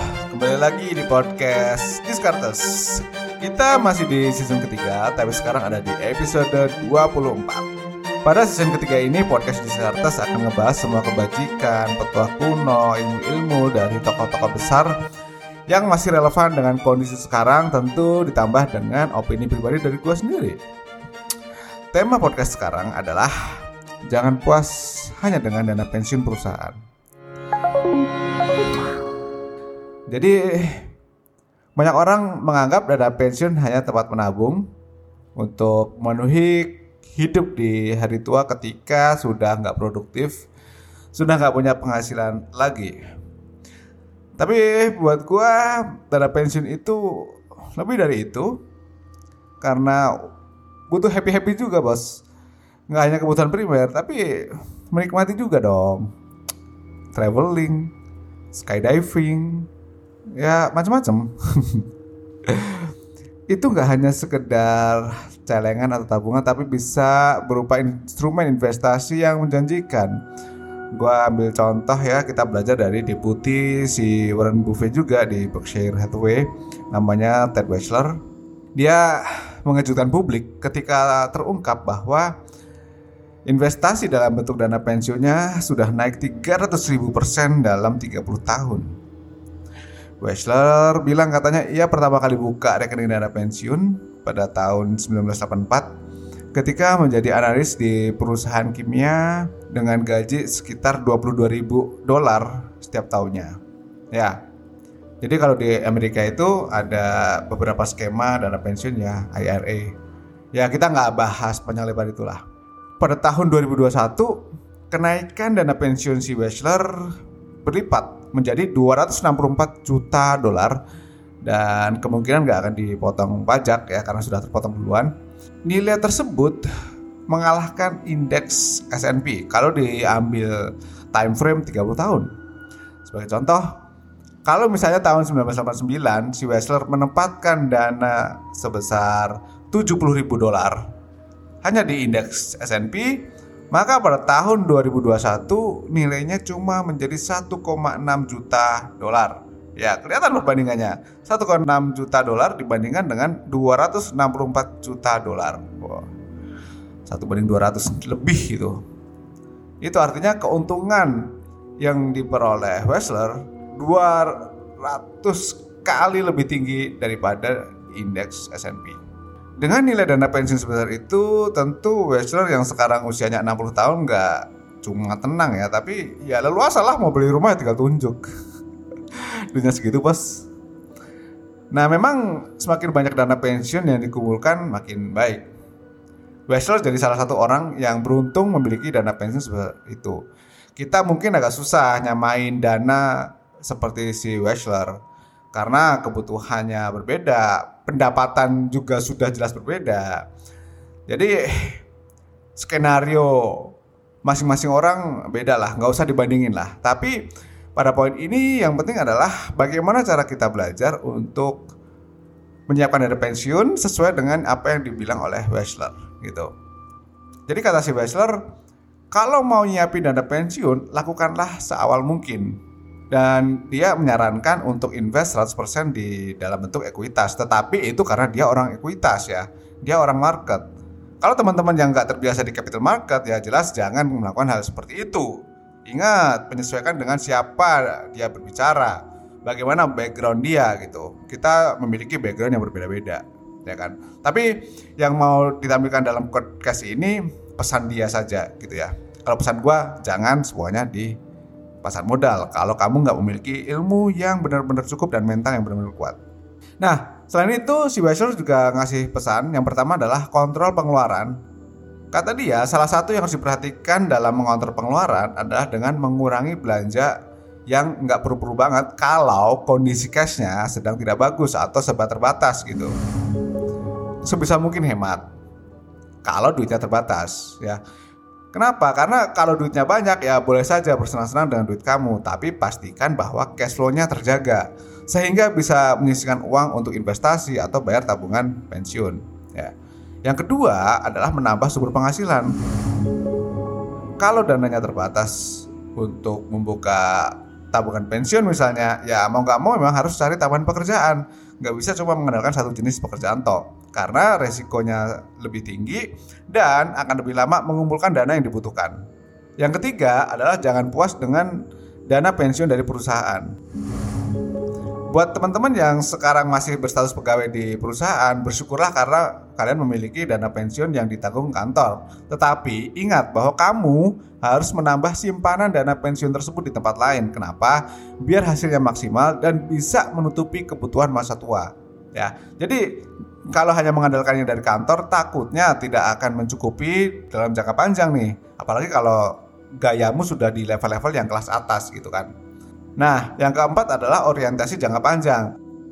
kembali lagi di podcast Diskartes. Kita masih di season ketiga, tapi sekarang ada di episode 24. Pada season ketiga ini, podcast Diskartes akan ngebahas semua kebajikan, petuah kuno, ilmu-ilmu dari tokoh-tokoh besar yang masih relevan dengan kondisi sekarang, tentu ditambah dengan opini pribadi dari gue sendiri. Tema podcast sekarang adalah jangan puas hanya dengan dana pensiun perusahaan. Jadi banyak orang menganggap dana pensiun hanya tempat menabung untuk memenuhi hidup di hari tua ketika sudah nggak produktif, sudah nggak punya penghasilan lagi. Tapi buat gua dana pensiun itu lebih dari itu, karena butuh happy juga bos. Nggak hanya kebutuhan primer, tapi menikmati juga dong. Traveling, skydiving, ya macam-macam. Itu nggak hanya sekedar celengan atau tabungan, tapi bisa berupa instrumen investasi yang menjanjikan. Gua ambil contoh ya, kita belajar dari deputi si Warren Buffett juga di Berkshire Hathaway, namanya Ted Weschler. Dia mengejutkan publik ketika terungkap bahwa investasi dalam bentuk dana pensiunnya sudah naik 300.000% dalam 30 tahun. Weschler bilang katanya ia pertama kali buka rekening dana pensiun pada tahun 1984 ketika menjadi analis di perusahaan kimia dengan gaji sekitar $22.000 setiap tahunnya. Ya, jadi kalau di Amerika itu ada beberapa skema dana pensiun ya, IRA. Ya kita nggak bahas panjang lebar itulah. Pada tahun 2021, kenaikan dana pensiun si Weschler berlipat menjadi $264 juta dan kemungkinan nggak akan dipotong pajak ya karena sudah terpotong duluan. Nilai tersebut mengalahkan indeks S&P kalau diambil time frame 30 tahun. Sebagai contoh, kalau misalnya tahun 1989 si Weschler menempatkan dana sebesar $70.000 hanya di indeks S&P, maka pada tahun 2021 nilainya cuma menjadi $1,6 juta. Ya, kelihatan perbandingannya. $1,6 juta dibandingkan dengan $264 juta. Wow. 1:200 lebih itu. Itu artinya keuntungan yang diperoleh Weschler 200 kali lebih tinggi daripada indeks S&P. Dengan nilai dana pensiun sebesar itu, tentu Weschler yang sekarang usianya 60 tahun nggak cuma tenang ya, tapi ya leluasa lah, mau beli rumah ya tinggal tunjuk. Duitnya segitu bos. Nah memang semakin banyak dana pensiun yang dikumpulkan makin baik. Weschler jadi salah satu orang yang beruntung memiliki dana pensiun sebesar itu. Kita mungkin agak susah nyamain dana seperti si Weschler karena kebutuhannya berbeda, pendapatan juga sudah jelas berbeda. Jadi skenario masing-masing orang beda lah, nggak usah dibandingin lah. Tapi pada poin ini yang penting adalah bagaimana cara kita belajar untuk menyiapkan dana pensiun sesuai dengan apa yang dibilang oleh Weschler gitu. Jadi kata si Weschler, kalau mau nyiapin dana pensiun, lakukanlah seawal mungkin. Dan dia menyarankan untuk invest 100% di dalam bentuk ekuitas. Tetapi itu karena dia orang ekuitas ya, dia orang market. Kalau teman-teman yang gak terbiasa di capital market, ya jelas jangan melakukan hal seperti itu. Ingat, penyesuaikan dengan siapa dia berbicara, bagaimana background dia gitu. Kita memiliki background yang berbeda-beda, ya kan. Tapi yang mau ditampilkan dalam podcast ini pesan dia saja gitu ya. Kalau pesan gua, jangan semuanya di pasar modal kalau kamu nggak memiliki ilmu yang benar-benar cukup dan mental yang benar-benar kuat. Nah, selain itu si Weschler juga ngasih pesan. Yang pertama adalah kontrol pengeluaran. Kata dia, salah satu yang harus diperhatikan dalam mengontrol pengeluaran adalah dengan mengurangi belanja yang nggak perlu-perlu banget kalau kondisi cashnya sedang tidak bagus atau serba terbatas gitu. Sebisa mungkin hemat kalau duitnya terbatas ya. Kenapa? Karena kalau duitnya banyak ya boleh saja bersenang-senang dengan duit kamu, tapi pastikan bahwa cash flow-nya terjaga sehingga bisa menyisihkan uang untuk investasi atau bayar tabungan pensiun ya. Yang kedua adalah menambah sumber penghasilan. Kalau dananya terbatas untuk membuka tabungan pensiun misalnya, ya mau nggak mau memang harus cari tambahan pekerjaan. Nggak bisa cuma mengandalkan satu jenis pekerjaan toh, karena resikonya lebih tinggi dan akan lebih lama mengumpulkan dana yang dibutuhkan. Yang ketiga adalah jangan puas dengan dana pensiun dari perusahaan. Buat teman-teman yang sekarang masih berstatus pegawai di perusahaan, bersyukurlah karena kalian memiliki dana pensiun yang ditanggung kantor. Tetapi ingat bahwa kamu harus menambah simpanan dana pensiun tersebut di tempat lain. Kenapa? Biar hasilnya maksimal dan bisa menutupi kebutuhan masa tua. Ya, jadi kalau hanya mengandalkannya dari kantor, takutnya tidak akan mencukupi dalam jangka panjang nih. Apalagi kalau gayamu sudah di level-level yang kelas atas gitu kan. Nah, yang keempat adalah orientasi jangka panjang.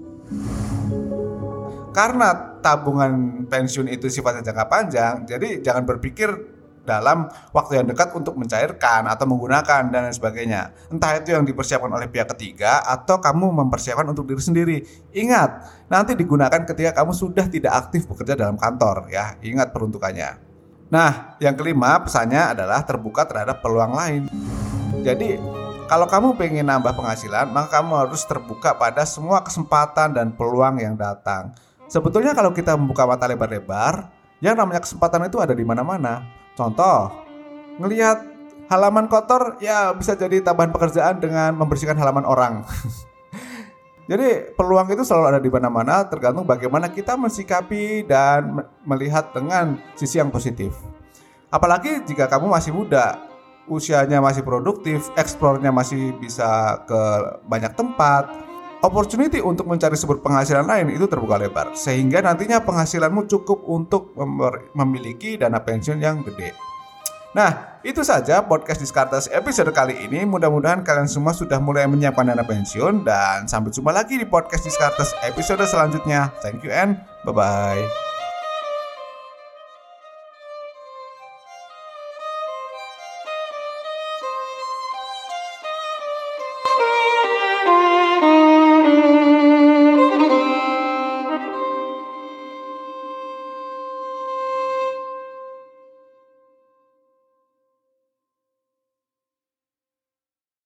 Karena tabungan pensiun itu sifatnya jangka panjang, jadi jangan berpikir dalam waktu yang dekat untuk mencairkan atau menggunakan dan lain sebagainya. Entah itu yang dipersiapkan oleh pihak ketiga atau kamu mempersiapkan untuk diri sendiri. Ingat, nanti digunakan ketika kamu sudah tidak aktif bekerja dalam kantor ya. Ingat peruntukannya. Nah, yang kelima pesannya adalah terbuka terhadap peluang lain. Jadi kalau kamu pengen nambah penghasilan, maka kamu harus terbuka pada semua kesempatan dan peluang yang datang. Sebetulnya kalau kita membuka mata lebar-lebar, yang namanya kesempatan itu ada di mana-mana. Contoh, ngelihat halaman kotor, ya bisa jadi tambahan pekerjaan dengan membersihkan halaman orang. Jadi peluang itu selalu ada di mana-mana, tergantung bagaimana kita mensikapi dan melihat dengan sisi yang positif. Apalagi jika kamu masih muda, usianya masih produktif, eksplornya masih bisa ke banyak tempat, opportunity untuk mencari sumber penghasilan lain itu terbuka lebar, sehingga nantinya penghasilanmu cukup untuk memiliki dana pensiun yang gede. Nah, itu saja podcast Diskartes episode kali ini. Mudah-mudahan kalian semua sudah mulai menyiapkan dana pensiun, dan sampai jumpa lagi di podcast Diskartes episode selanjutnya. Thank you and bye-bye.